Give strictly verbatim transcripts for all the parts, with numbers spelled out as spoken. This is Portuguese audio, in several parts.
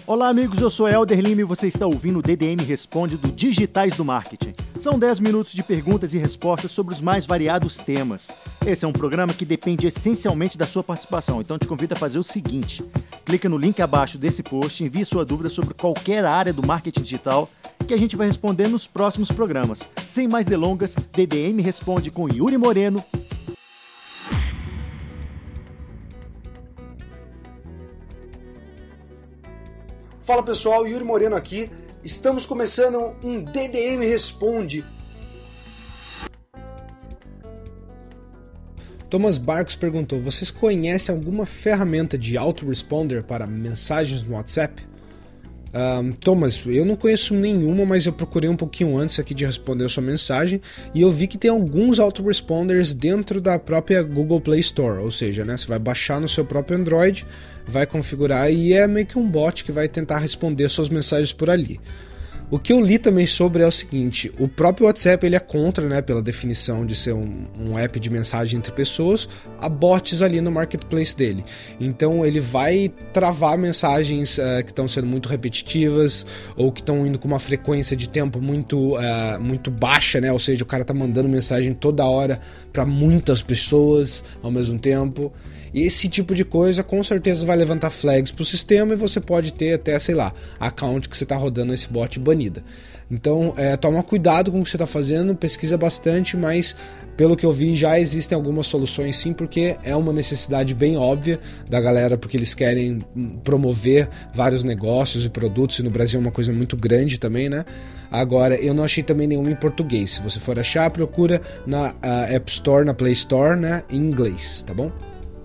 Olá amigos, eu sou Helder Lima e você está ouvindo o D D M Responde do Digitais do Marketing. São dez minutos de perguntas e respostas sobre os mais variados temas. Esse é um programa que depende essencialmente da sua participação, então te convido a fazer o seguinte: clica no link abaixo desse post e envie sua dúvida sobre qualquer área do marketing digital que a gente vai responder nos próximos programas. Sem mais delongas, D D M Responde com Yuri Moreno. Fala pessoal, Yuri Moreno aqui. Estamos começando um D D M Responde. Thomas Barcos perguntou: vocês conhecem alguma ferramenta de autoresponder para mensagens no WhatsApp? Um, Thomas, eu não conheço nenhuma, mas eu procurei um pouquinho antes aqui de responder a sua mensagem e eu vi que tem alguns autoresponders dentro da própria Google Play Store, ou seja, né, você vai baixar no seu próprio Android, vai configurar e é meio que um bot que vai tentar responder suas mensagens por ali. O que eu li também sobre é o seguinte: o próprio WhatsApp ele é contra, né, pela definição de ser um, um app de mensagem entre pessoas, a bots ali no marketplace dele. Então ele vai travar mensagens uh, que estão sendo muito repetitivas ou que estão indo com uma frequência de tempo muito, uh, muito baixa, né? Ou seja, o cara está mandando mensagem toda hora para muitas pessoas ao mesmo tempo. E esse tipo de coisa com certeza vai levantar flags para o sistema e você pode ter até, sei lá, a account que você está rodando esse bot banida. Então, é, toma cuidado com o que você está fazendo, pesquisa bastante, mas pelo que eu vi já existem algumas soluções sim, porque é uma necessidade bem óbvia da galera, porque eles querem promover vários negócios e produtos, e no Brasil é uma coisa muito grande também, né? Agora, eu não achei também nenhuma em português. Se você for achar, procura na uh, App Store, na Play Store, né, em inglês, tá bom?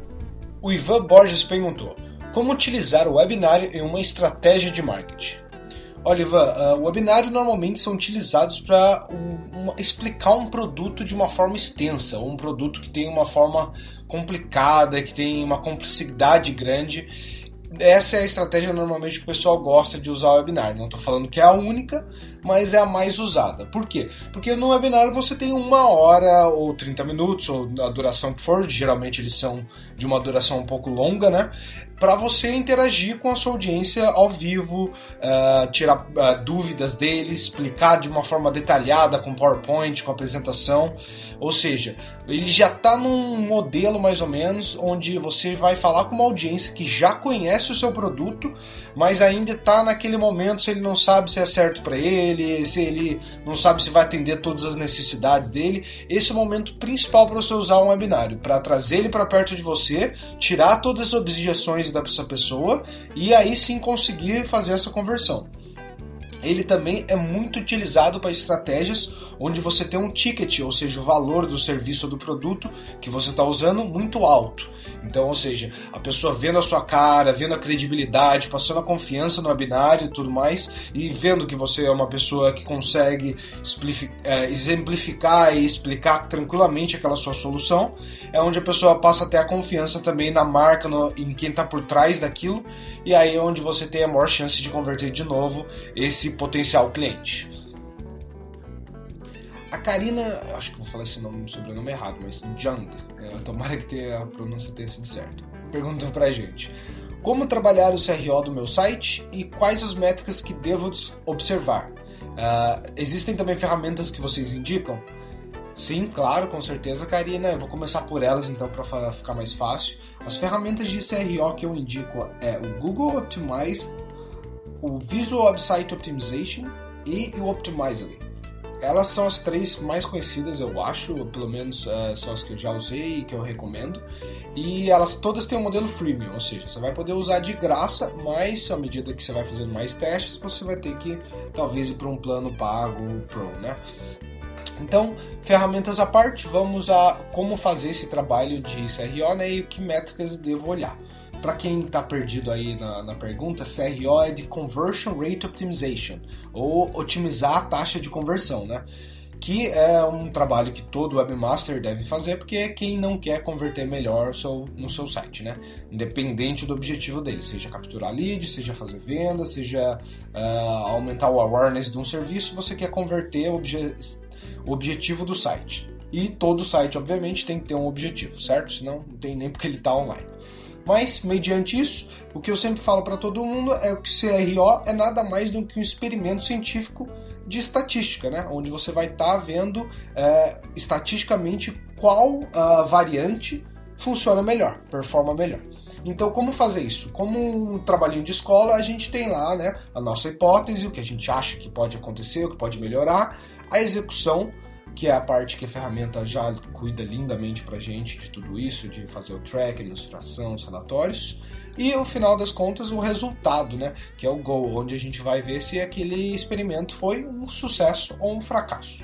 O Ivan Borges perguntou: como utilizar o webinário em uma estratégia de marketing? Olha, Ivan, uh, o webinário normalmente são utilizados para um, um, explicar um produto de uma forma extensa, ou um produto que tem uma forma complicada, que tem uma complexidade grande. Essa é a estratégia normalmente que o pessoal gosta de usar o webinar. Não estou falando que é a única, mas é a mais usada. Por quê? Porque no webinar você tem uma hora ou trinta minutos, ou a duração que for, geralmente eles são de uma duração um pouco longa, né? Para você interagir com a sua audiência ao vivo, uh, tirar uh, dúvidas deles, explicar de uma forma detalhada, com PowerPoint, com apresentação. Ou seja, ele já está num modelo mais ou menos onde você vai falar com uma audiência que já conhece o seu produto, mas ainda está naquele momento se ele não sabe se é certo para ele, se ele não sabe se vai atender todas as necessidades dele. Esse é o momento principal para você usar um webinário, para trazer ele para perto de você, tirar todas as objeções dessa pessoa e aí sim conseguir fazer essa conversão. Ele também é muito utilizado para estratégias onde você tem um ticket, ou seja, o valor do serviço ou do produto que você está usando muito alto. Então, ou seja, a pessoa vendo a sua cara, vendo a credibilidade, passando a confiança no webinário e tudo mais, e vendo que você é uma pessoa que consegue exemplificar e explicar tranquilamente aquela sua solução, é onde a pessoa passa a ter a confiança também na marca, no, em quem está por trás daquilo, e aí é onde você tem a maior chance de converter de novo esse potencial cliente. A Karina, acho que vou falar esse nome, sobrenome errado, mas Jung, é, tomara que tenha, a pronúncia tenha sido certa, perguntou pra gente: como trabalhar o C R O do meu site e quais as métricas que devo observar? Uh, existem também ferramentas que vocês indicam? Sim, claro, com certeza, Karina. Eu vou começar por elas então para ficar mais fácil. As ferramentas de C R O que eu indico é o Google Optimize, o Visual Website Optimization e o Optimizely. Elas são as três mais conhecidas, eu acho, pelo menos uh, são as que eu já usei e que eu recomendo. E elas todas têm um modelo freemium, ou seja, você vai poder usar de graça, mas à medida que você vai fazendo mais testes, você vai ter que talvez ir para um plano pago Pro, né? Então, ferramentas à parte, vamos a como fazer esse trabalho de C R O, né, e que métricas devo olhar. Para quem está perdido aí na, na pergunta, C R O é de Conversion Rate Optimization, ou otimizar a taxa de conversão, né? Que é um trabalho que todo webmaster deve fazer, porque é quem não quer converter melhor seu, no seu site, né? Independente do objetivo dele, seja capturar lead, seja fazer venda, seja uh, aumentar o awareness de um serviço, você quer converter o, obje- o objetivo do site. E todo site, obviamente, tem que ter um objetivo, certo? Senão não tem nem porque ele está online. Mas, mediante isso, o que eu sempre falo para todo mundo é que C R O é nada mais do que um experimento científico de estatística, né? Onde você vai estar tá vendo é, estatisticamente qual uh, variante funciona melhor, performa melhor. Então, como fazer isso? Como um trabalhinho de escola, a gente tem lá, né, a nossa hipótese, o que a gente acha que pode acontecer, o que pode melhorar, a execução, que é a parte que a ferramenta já cuida lindamente pra gente de tudo isso, de fazer o tracking, mensuração, os relatórios, e no final das contas o resultado, né, que é o goal, onde a gente vai ver se aquele experimento foi um sucesso ou um fracasso.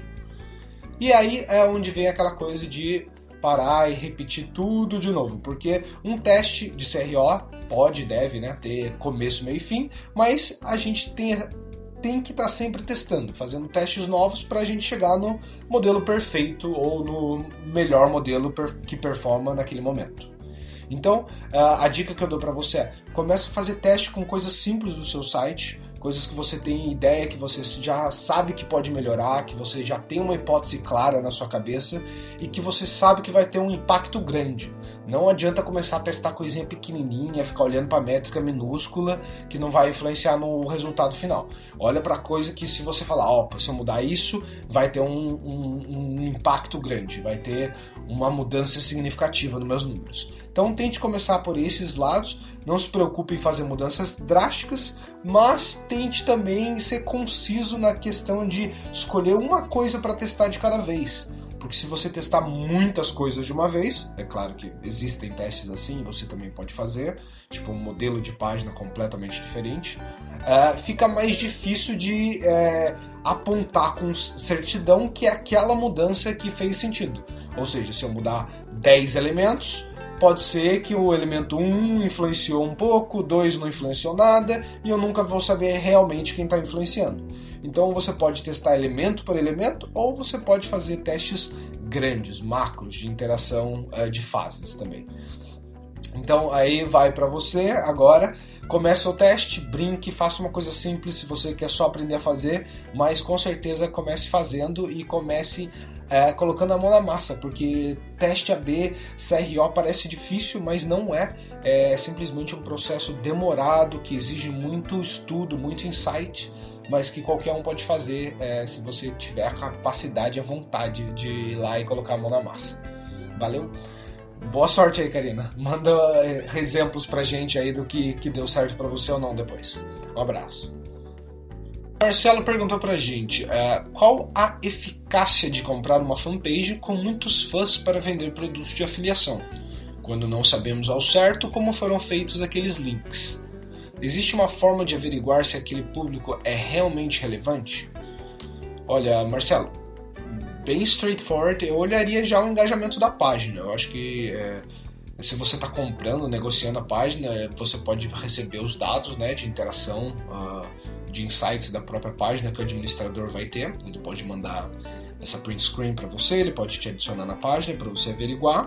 E aí é onde vem aquela coisa de parar e repetir tudo de novo, porque um teste de C R O pode e deve, né, ter começo, meio e fim, mas a gente tem, tem que estar tá sempre testando, fazendo testes novos para a gente chegar no modelo perfeito ou no melhor modelo que performa naquele momento. Então, a dica que eu dou para você é: comece a fazer teste com coisas simples do seu site, coisas que você tem ideia, que você já sabe que pode melhorar, que você já tem uma hipótese clara na sua cabeça e que você sabe que vai ter um impacto grande. Não adianta começar a testar coisinha pequenininha, ficar olhando para métrica minúscula que não vai influenciar no resultado final. Olha para coisa que, se você falar, ó, oh, se eu mudar isso, vai ter um, um, um impacto grande, vai ter uma mudança significativa nos meus números. Então tente começar por esses lados, não se preocupe em fazer mudanças drásticas, mas tente também ser conciso na questão de escolher uma coisa para testar de cada vez. Porque se você testar muitas coisas de uma vez, é claro que existem testes assim, você também pode fazer, tipo um modelo de página completamente diferente, é, fica mais difícil de é, apontar com certidão que é aquela mudança que fez sentido. Ou seja, se eu mudar dez elementos, pode ser que o elemento um influenciou um pouco, o dois não influenciou nada, e eu nunca vou saber realmente quem está influenciando. Então você pode testar elemento por elemento, ou você pode fazer testes grandes, macros, de interação uh, de fases também. Então aí vai para você agora, começa o teste, brinque, faça uma coisa simples se você quer só aprender a fazer, mas com certeza comece fazendo e comece É, colocando a mão na massa, porque teste A B, C R O parece difícil, mas não é. É simplesmente um processo demorado, que exige muito estudo, muito insight, mas que qualquer um pode fazer é, se você tiver a capacidade e a vontade de ir lá e colocar a mão na massa. Valeu? Boa sorte aí, Karina. Manda é, exemplos pra gente aí do que, que deu certo pra você ou não depois. Um abraço. Marcelo perguntou pra gente uh, qual a eficácia de comprar uma fanpage com muitos fãs para vender produtos de afiliação, quando não sabemos ao certo como foram feitos aqueles links. Existe uma forma de averiguar se aquele público é realmente relevante? Olha, Marcelo, bem straightforward, eu olharia já o engajamento da página. Eu acho que é, se você está comprando, negociando a página, você pode receber os dados, né, de interação, uh, de insights da própria página que o administrador vai ter. Ele pode mandar essa print screen para você, ele pode te adicionar na página para você averiguar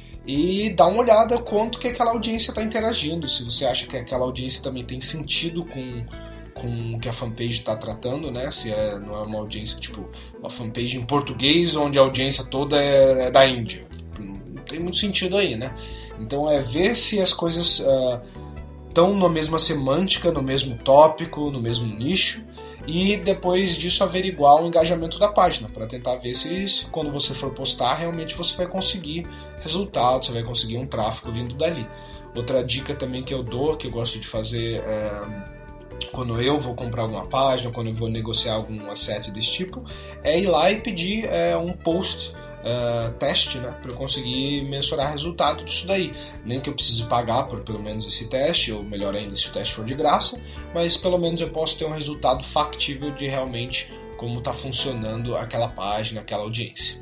e dar uma olhada quanto que aquela audiência está interagindo, se você acha que aquela audiência também tem sentido com, com o que a fanpage está tratando, né? Se é, não é uma audiência tipo uma fanpage em português onde a audiência toda é, é da Índia. Não tem muito sentido aí, né? Então é ver se as coisas uh, estão na mesma semântica, no mesmo tópico, no mesmo nicho, e depois disso averiguar o engajamento da página, para tentar ver se, se quando você for postar, realmente você vai conseguir resultados, você vai conseguir um tráfego vindo dali. Outra dica também que eu dou, que eu gosto de fazer é, quando eu vou comprar alguma página, quando eu vou negociar algum asset desse tipo, é ir lá e pedir é, um post Uh, teste, né, para eu conseguir mensurar resultado disso daí. Nem que eu precise pagar por pelo menos esse teste, ou melhor ainda se o teste for de graça, mas pelo menos eu posso ter um resultado factível de realmente como está funcionando aquela página, aquela audiência.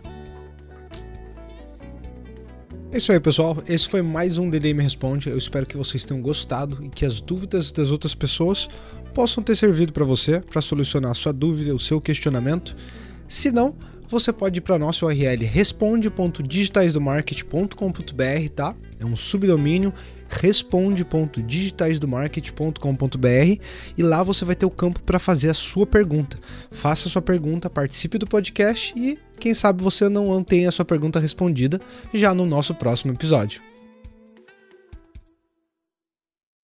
É isso aí, pessoal. Esse foi mais um D D M Responde. Eu espero que vocês tenham gostado e que as dúvidas das outras pessoas possam ter servido para você, para solucionar a sua dúvida, o seu questionamento. Se não, você pode ir para a nossa U R L responde ponto digitais do marketing ponto com ponto b r, tá? É um subdomínio, responde ponto digitais do marketing ponto com ponto b r, e lá você vai ter o campo para fazer a sua pergunta. Faça a sua pergunta, participe do podcast e quem sabe você não tenha a sua pergunta respondida já no nosso próximo episódio.